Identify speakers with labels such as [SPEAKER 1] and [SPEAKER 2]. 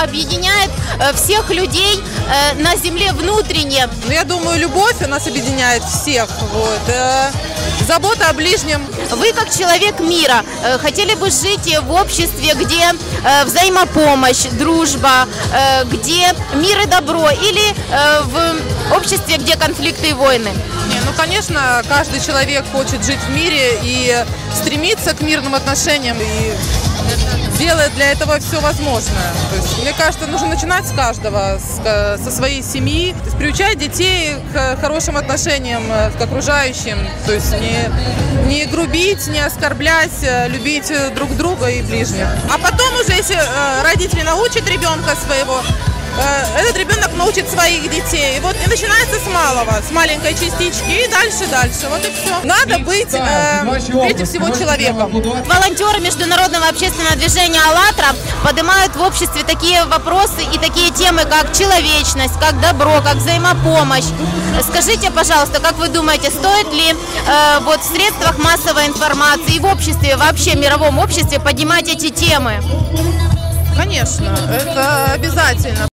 [SPEAKER 1] объединяет всех людей на земле внутренне?
[SPEAKER 2] Ну, я думаю, любовь у нас объединяет всех. Вот. Забота о ближнем.
[SPEAKER 1] Вы, как человек мира, хотели бы жить в обществе, где взаимопомощь, дружба, где мир и добро, или в обществе, где конфликты и войны?
[SPEAKER 2] Ну, конечно, каждый человек хочет жить в мире и стремиться к мирным отношениям, и делает для этого все возможное. То есть, мне кажется, нужно начинать с каждого, со своей семьи, то есть приучать детей к хорошим отношениям, к окружающим, то есть не грубить, не оскорблять, любить друг друга и ближних. А потом уже, если родители научат ребенка своего, этот ребенок научит своих детей. И вот и начинается с малого, с маленькой частички, и дальше. Вот и все. Надо быть, прежде всего, человеком.
[SPEAKER 1] Волонтеры Международного общественного движения «АЛЛАТРА» поднимают в обществе такие вопросы и такие темы, как человечность, как добро, как взаимопомощь. Скажите, пожалуйста, как вы думаете, стоит ли в средствах массовой информации и в обществе, вообще мировом обществе поднимать эти темы?
[SPEAKER 2] Конечно, это обязательно,